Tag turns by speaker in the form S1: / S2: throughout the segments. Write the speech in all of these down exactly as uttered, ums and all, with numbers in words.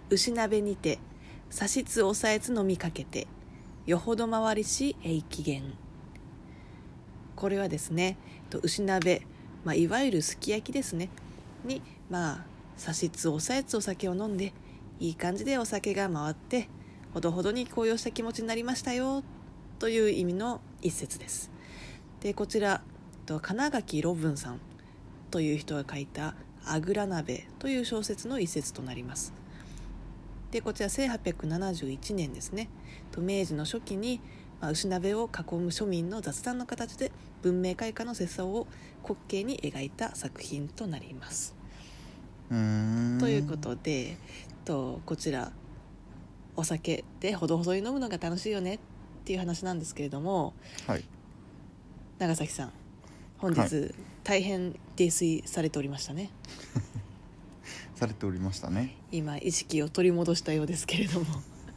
S1: 牛鍋にてさしつおさえつ飲みかけてよほど回りしえいきげん。これはですね、牛鍋、まあ、いわゆるすき焼きですねに、まあさしつおさえつお酒を飲んでいい感じでお酒が回ってほどほどに高揚した気持ちになりましたよという意味の一節です。でこちら金垣ロブンさんという人が書いたあぐら鍋という小説の一節となります。でこちらせんはっぴゃくななじゅういちねんですね、明治の初期に、まあ、牛鍋を囲む庶民の雑談の形で文明開化の世相を滑稽に描いた作品となります。
S2: うーん
S1: ということでとこちらお酒でほどほどに飲むのが楽しいよねっていう話なんですけれども、
S2: はい、
S1: 長崎さん本日、はい、大変泥酔されておりましたね
S2: されておりましたね。
S1: 今意識を取り戻したようですけれども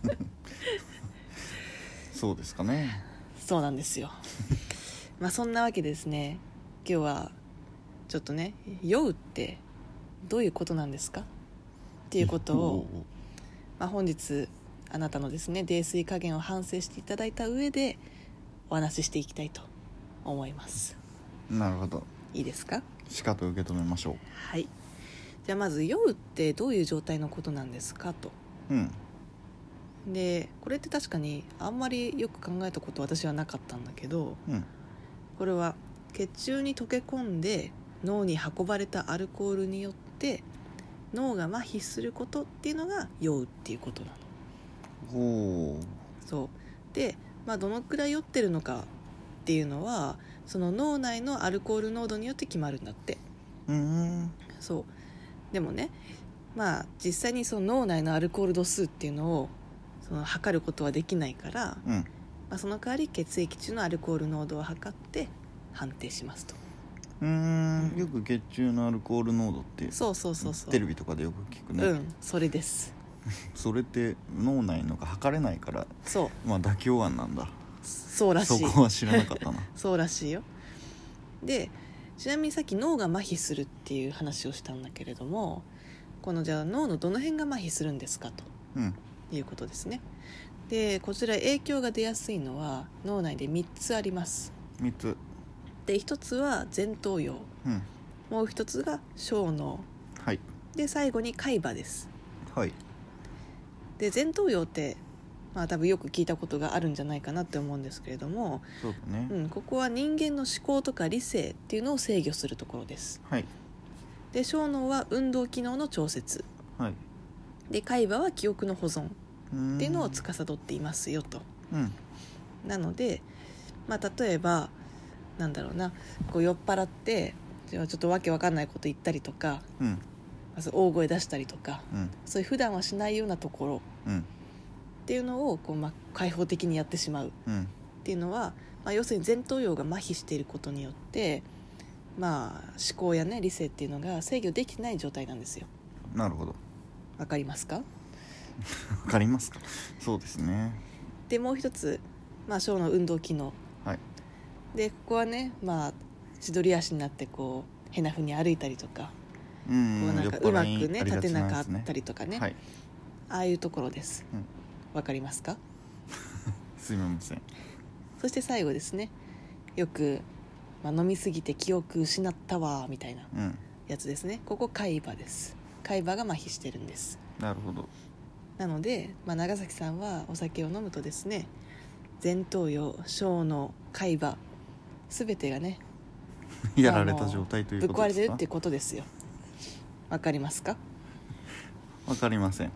S2: そうですかね。
S1: そうなんですよまあそんなわけでですね、今日はちょっとね酔うってどういうことなんですかっていうことを、まあ、本日あなたのですね泥酔加減を反省していただいた上でお話ししていきたいと思います。
S2: なるほど、
S1: いいですか。
S2: しかと受け止めましょう。
S1: はい、じゃあまず酔うってどういう状態のことなんですかと。
S2: うん
S1: でこれって確かにあんまりよく考えたこと私はなかったんだけど、
S2: うん、
S1: これは血中に溶け込んで脳に運ばれたアルコールによって脳が麻痺することっていうのが酔うっていうことなの。
S2: ほう。
S1: そうで、まあ、どのくらい酔ってるのかっていうのはその脳内のアルコール濃度によって決まるんだって。
S2: うーん
S1: そうでもね、まあ実際にその脳内のアルコール度数っていうのをその測ることはできないから、
S2: うん
S1: まあ、その代わり血液中のアルコール濃度を測って判定しますと。
S2: うーんよく血中のアルコール濃度って
S1: そうそうそうそう
S2: テレビとかでよく聞くね。
S1: うんそれです
S2: それって脳内のが測れないから
S1: そう
S2: まあ妥協案なんだ。
S1: そうらしい。
S2: そこは知らなかったな
S1: そうらしいよ。でちなみにさっき脳が麻痺するっていう話をしたんだけれども、このじゃあ脳のどの辺が麻痺するんですかと
S2: うん
S1: いうことですね。でこちら影響が出やすいのは脳内でみっつあります。
S2: みっつ。
S1: でひとつは前頭葉、
S2: うん
S1: もうひとつが小脳
S2: はい
S1: で最後に海馬です。
S2: はい
S1: で前頭葉ってまあ多分よく聞いたことがあるんじゃないかなって思うんですけれども、
S2: そうだね、
S1: うん、ここは人間の思考とか理性っていうのを制御するところです。
S2: はい
S1: で小脳は運動機能の調節
S2: はい
S1: で海馬は記憶の保存
S2: うーん
S1: っていうのを司っていますよと。
S2: うん
S1: なので、まあ、例えばなんだろうなこう酔っ払ってちょっとわけわかんないこと言ったりとか、
S2: うん
S1: まず大声出したりとか、
S2: うん
S1: そういう普段はしないようなところ
S2: うん
S1: っていうのをこう、まあ、開放的にやってしまうっ
S2: うん
S1: ていうのは、まあ、要するに前頭葉が麻痺していることによって、まあ、思考や、ね、理性っていうのが制御できてない状態なんですよ。
S2: なるほど。
S1: わかりますか。
S2: わかりますか。そうですね。
S1: でもう一つ、まあ、小の運動機能
S2: はい
S1: でここはね、まあ、千鳥足になってこう変な風に歩いたりとか、
S2: うん
S1: こうなんかうまくね立てなかったりとかね、
S2: はい、
S1: ああいうところです。
S2: うん、
S1: わかりますか。
S2: すいません。
S1: そして最後ですね、よく、まあ、飲みすぎて記憶失ったわみたいなやつですね、ここ海馬です。海馬が麻痺してるんです。
S2: なるほど。
S1: なので、まあ、長崎さんはお酒を飲むとですね、前頭葉、小脳、海馬すべてがね
S2: やられた状態ということですか。
S1: ぶっ壊れてるってことですよ。わかりますか。
S2: わかりませんこ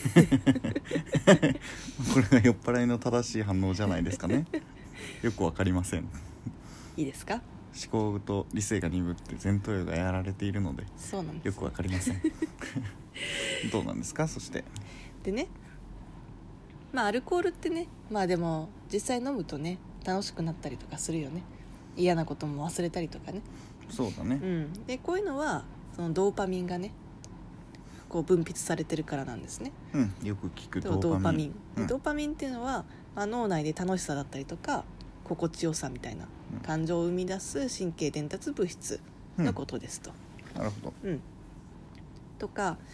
S2: れが酔っ払いの正しい反応じゃないですかね。よくわかりません。
S1: いいですか。
S2: 思考と理性が鈍って前頭葉がやられているので
S1: そうなんです。
S2: よくわかりませんどうなんですか。そして
S1: でね、まあアルコールってね、まあでも実際飲むとね楽しくなったりとかするよね。嫌なことも忘れたりとかね。
S2: そうだね、
S1: うん、でこういうのはそのドーパミンがねこう分泌されてるからなんですね。
S2: うん、よく聞く
S1: ドーパミン、
S2: うん、
S1: ドーパミンっていうのは、まあ、脳内で楽しさだったりとか心地よさみたいな感情を生み出す神経伝達物質のことですと、
S2: うん、なるほど、
S1: うん、とか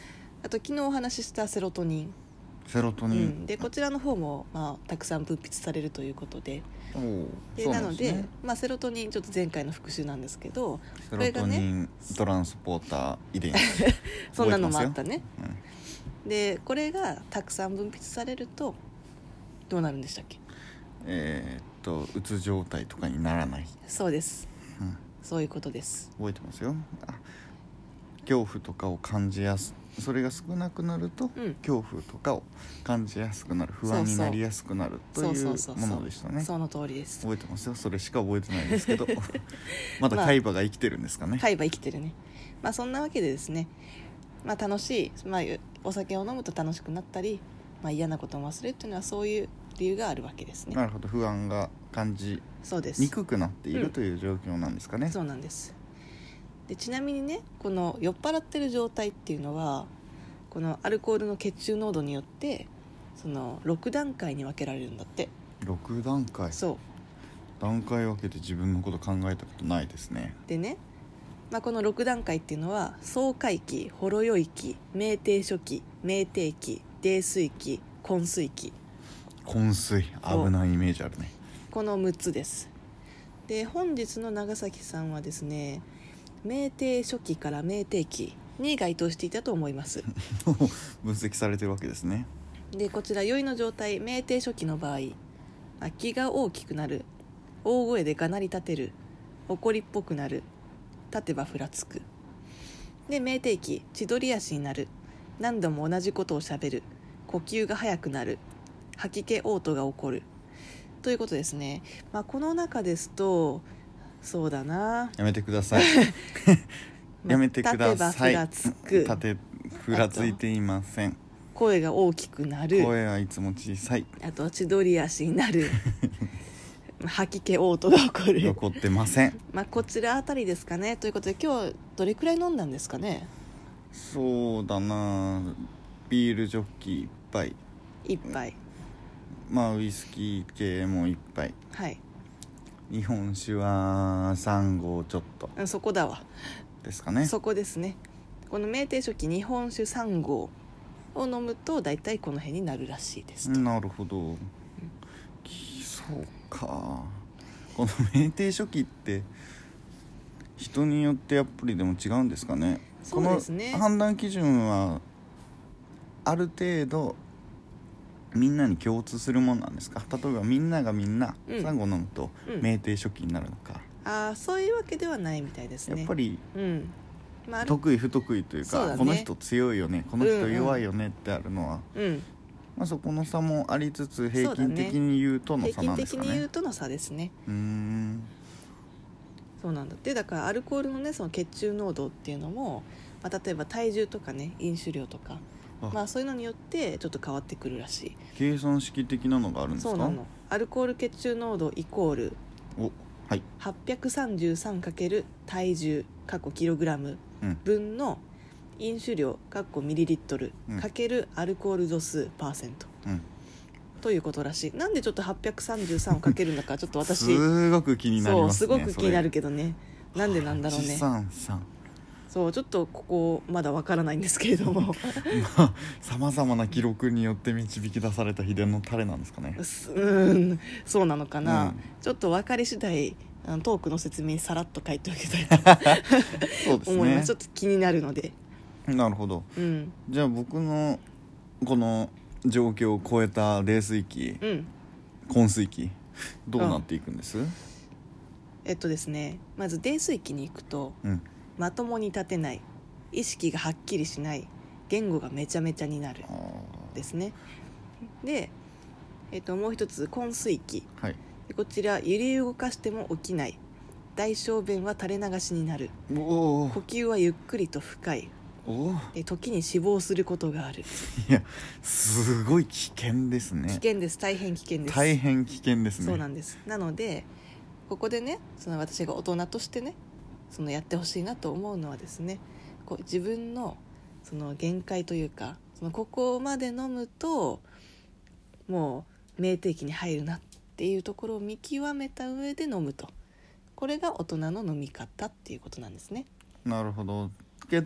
S1: あと昨日お話ししたセロトニン、
S2: セロトニン、
S1: うん、でこちらの方も、まあ、たくさん分泌されるということで、
S2: おー
S1: で
S2: そう
S1: なので
S2: なんですね。
S1: まあ、セロトニンちょっと前回の復習なんですけど、
S2: セロトニントランスポーター遺伝子
S1: そんなのもあった
S2: ね、
S1: ね。でこれがたくさん分泌されるとどうなるんでしたっけ？
S2: えー、っとうつ状態とかにならない、
S1: そうです、
S2: うん、
S1: そういうことです。
S2: 覚えてますよ。あ、恐怖とかを感じやすそれが少なくなると、
S1: うん、
S2: 恐怖とかを感じやすくなる、不安になりやすくなると
S1: そう
S2: いう
S1: そうそう
S2: ものでしたね。
S1: その通りです。
S2: 覚えてますよ。それしか覚えてないですけどまだ海馬が生きてるんですかね。
S1: 海馬生きてるね。まあそんなわけでですね、まあ、楽しい、まあ、お酒を飲むと楽しくなったり、まあ、嫌なことも忘れるっていうのはそういう理由があるわけですね。
S2: なるほど、不安が感じ
S1: そうです。
S2: にくくなっているという状況なんですかね。
S1: そうなんです。でちなみにね、この酔っ払ってる状態っていうのはこのアルコールの血中濃度によってそのろく段階に分けられるんだって。
S2: ろく段階、
S1: そう
S2: 段階分けて自分のこと考えたことないですね。
S1: でね、まあ、このろく段階っていうのは爽快期、ほろ酔い期、酩酊初期、酩酊期、泥酔期、昏睡期、
S2: 昏睡、危ないイメージあるね。
S1: このむっつです。で本日の長崎さんはですね、酩酊初期から酩酊期に該当していたと思います。
S2: 分析されてるわけですね。
S1: でこちら酔いの状態、酩酊初期の場合、まあ気が大きくなる、大声でがなり立てる、怒りっぽくなる、立てばふらつく。で酩酊期、千鳥足になる、何度も同じことをしゃべる、呼吸が速くなる、吐き気嘔吐が起こるということですね。まあ、この中ですとそうだな、
S2: やめてくださいやめてください。
S1: 立てばふらつく、
S2: 立てふらついていません。
S1: 声が大きくなる、
S2: 声はいつも小さい。
S1: あと千鳥足になる吐き気嘔吐が起こる
S2: 残ってません。
S1: まあこちらあたりですかね。ということで今日どれくらい飲んだんですかね？
S2: そうだな、ビールジョッキ一杯、
S1: 一杯、
S2: まあウイスキー系も一杯、
S1: はい、
S2: 日本酒はさん合ちょっと
S1: うんそこだわ、
S2: ですかね。
S1: そこですね。この酩酊初期日本酒さん合を飲むとだいたいこの辺になるらしいですと。
S2: なるほど、うん、そうか。この酩酊初期って人によってやっぱりでも違うんですかね。
S1: そうですね。
S2: この判断基準はある程度みんなに共通するものなんですか？例えばみんながみんな
S1: うん
S2: さん合飲むと酩酊初期になるのか、
S1: ああそういうわけではないみたいですね。
S2: やっぱり
S1: うんまあ、ある
S2: 得意不得意というか、
S1: そうだね、
S2: この人強いよね、この人弱いよねってあるのは、
S1: うん
S2: まあ、そこの差もありつつ平均的に言うとの差
S1: 平均
S2: なんですかね。
S1: 的に言うとの差ですね。
S2: うーん
S1: そうなんだって。だからアルコールのねその血中濃度っていうのも、まあ、例えば体重とかね飲酒量とか、
S2: あ
S1: まあ、そういうのによってちょっと変わってくるらしい。
S2: 計算式的なのがあるんですか？
S1: そうなの。アルコール血中濃度イコール
S2: おはい、
S1: はっぴゃくさんじゅうさん× 体重過去キログラム
S2: うん
S1: 分の飲酒量かっこミリリットル
S2: うん
S1: かけるアルコール度数パーセント
S2: うん、
S1: ということらしい。なんでちょっとはっぴゃくさんじゅうさんをかけるのかちょっと私
S2: すごく気になりますね。
S1: そうすごく気になる
S2: け
S1: けどね、なんでなんだろうね。
S2: はちさんさん
S1: そうちょっとここまだわからないんですけれども
S2: さまざまな記録によって導き出された秘伝のタレなんですかね。
S1: すうんそうなのかな、
S2: うん
S1: ちょっと分かり次第あのトークの説明にさらっと書いておきたいと
S2: そうですね
S1: 思います。ちょっと気になるので、
S2: なるほど。
S1: うん
S2: じゃあ僕のこの状況を超えた泥酔期、
S1: うん
S2: 昏睡期どうなっていくんです？
S1: えっとですね、まず泥酔期に行くと
S2: うん
S1: まともに立てない、意識がはっきりしない、言語がめちゃめちゃになる
S2: あ
S1: ですね。で、えっと、もう一つ昏睡期、
S2: ーはい
S1: でこちら揺り動かしても起きない、大小便は垂れ流しになる、
S2: お
S1: 呼吸はゆっくりと深い、
S2: おお
S1: で時に死亡することがある。
S2: いやすごい危険ですね。
S1: 危険です。大変危険です。
S2: 大変危険ですね。
S1: そうなんです。なのでここでね、その私が大人としてねそのやってほしいなと思うのはですね、こう自分のその限界というか、そのここまで飲むともう酩酊期に入るなっていうところを見極めた上で飲むと、これが大人の飲み方っていうことなんですね。
S2: なるほど。けど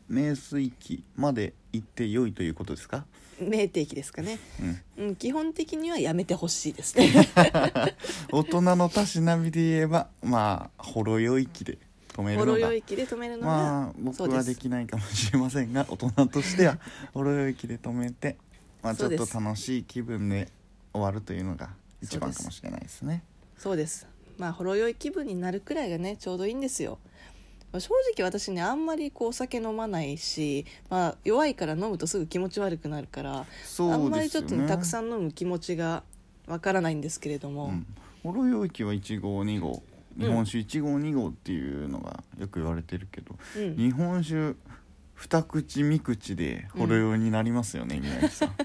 S2: 名水期まで行って良いということですか？
S1: 酩酊期ですかね、
S2: うん
S1: うん、基本的にはやめてほしいですね
S2: 大人のたしなみで言えばまあほろ酔い期で止める
S1: ほ
S2: のが
S1: ろ酔い期で止めるのが、
S2: まあ僕はできないかもしれませんが大人としてはほろ酔い期で止めて、まあ、ちょっと楽しい気分で終わるというのが一番かもしれないですね。
S1: そうです。まあほろ酔い気分になるくらいがねちょうどいいんですよ。正直私ねあんまりこうお酒飲まないし、まあ、弱いから飲むとすぐ気持ち悪くなるから
S2: そうですよね、
S1: あんまりちょっと、ね、たくさん飲む気持ちがわからないんですけれども、
S2: うん、ほろ酔い期はいちごうにごう日本酒いちごうにごうっていうのがよく言われてるけど、
S1: うん、
S2: 日本酒二口三口でほろ酔いになりますよね、宮城さん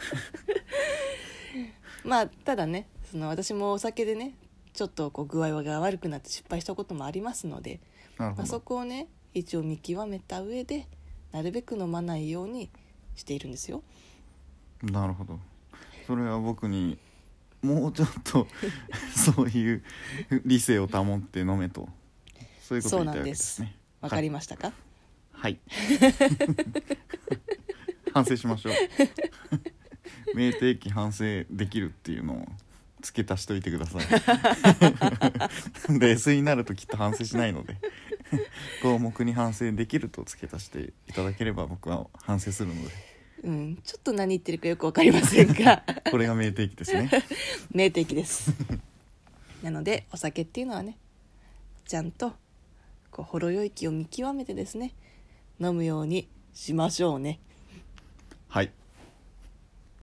S1: まあただねその私もお酒でねちょっとこう具合が悪くなって失敗したこともありますので、
S2: なるほど、
S1: まあ、そこをね一応見極めた上でなるべく飲まないようにしているんですよ。
S2: なるほど。それは僕にもうちょっとそういう理性を保って飲めと、そういうことを言いたいわけですね。
S1: わかりましたか？
S2: はい反省しましょう酩酊期反省できるっていうのを付け足しといてください冷静になるときっと反省しないので項目に反省できると付け足していただければ僕は反省するので、
S1: うん、ちょっと何言ってるかよくわかりませんが
S2: これが酩酊期ですね
S1: 酩酊期ですなのでお酒っていうのはねちゃんとこうほろ酔い期を見極めてですね飲むようにしましょうね。
S2: はい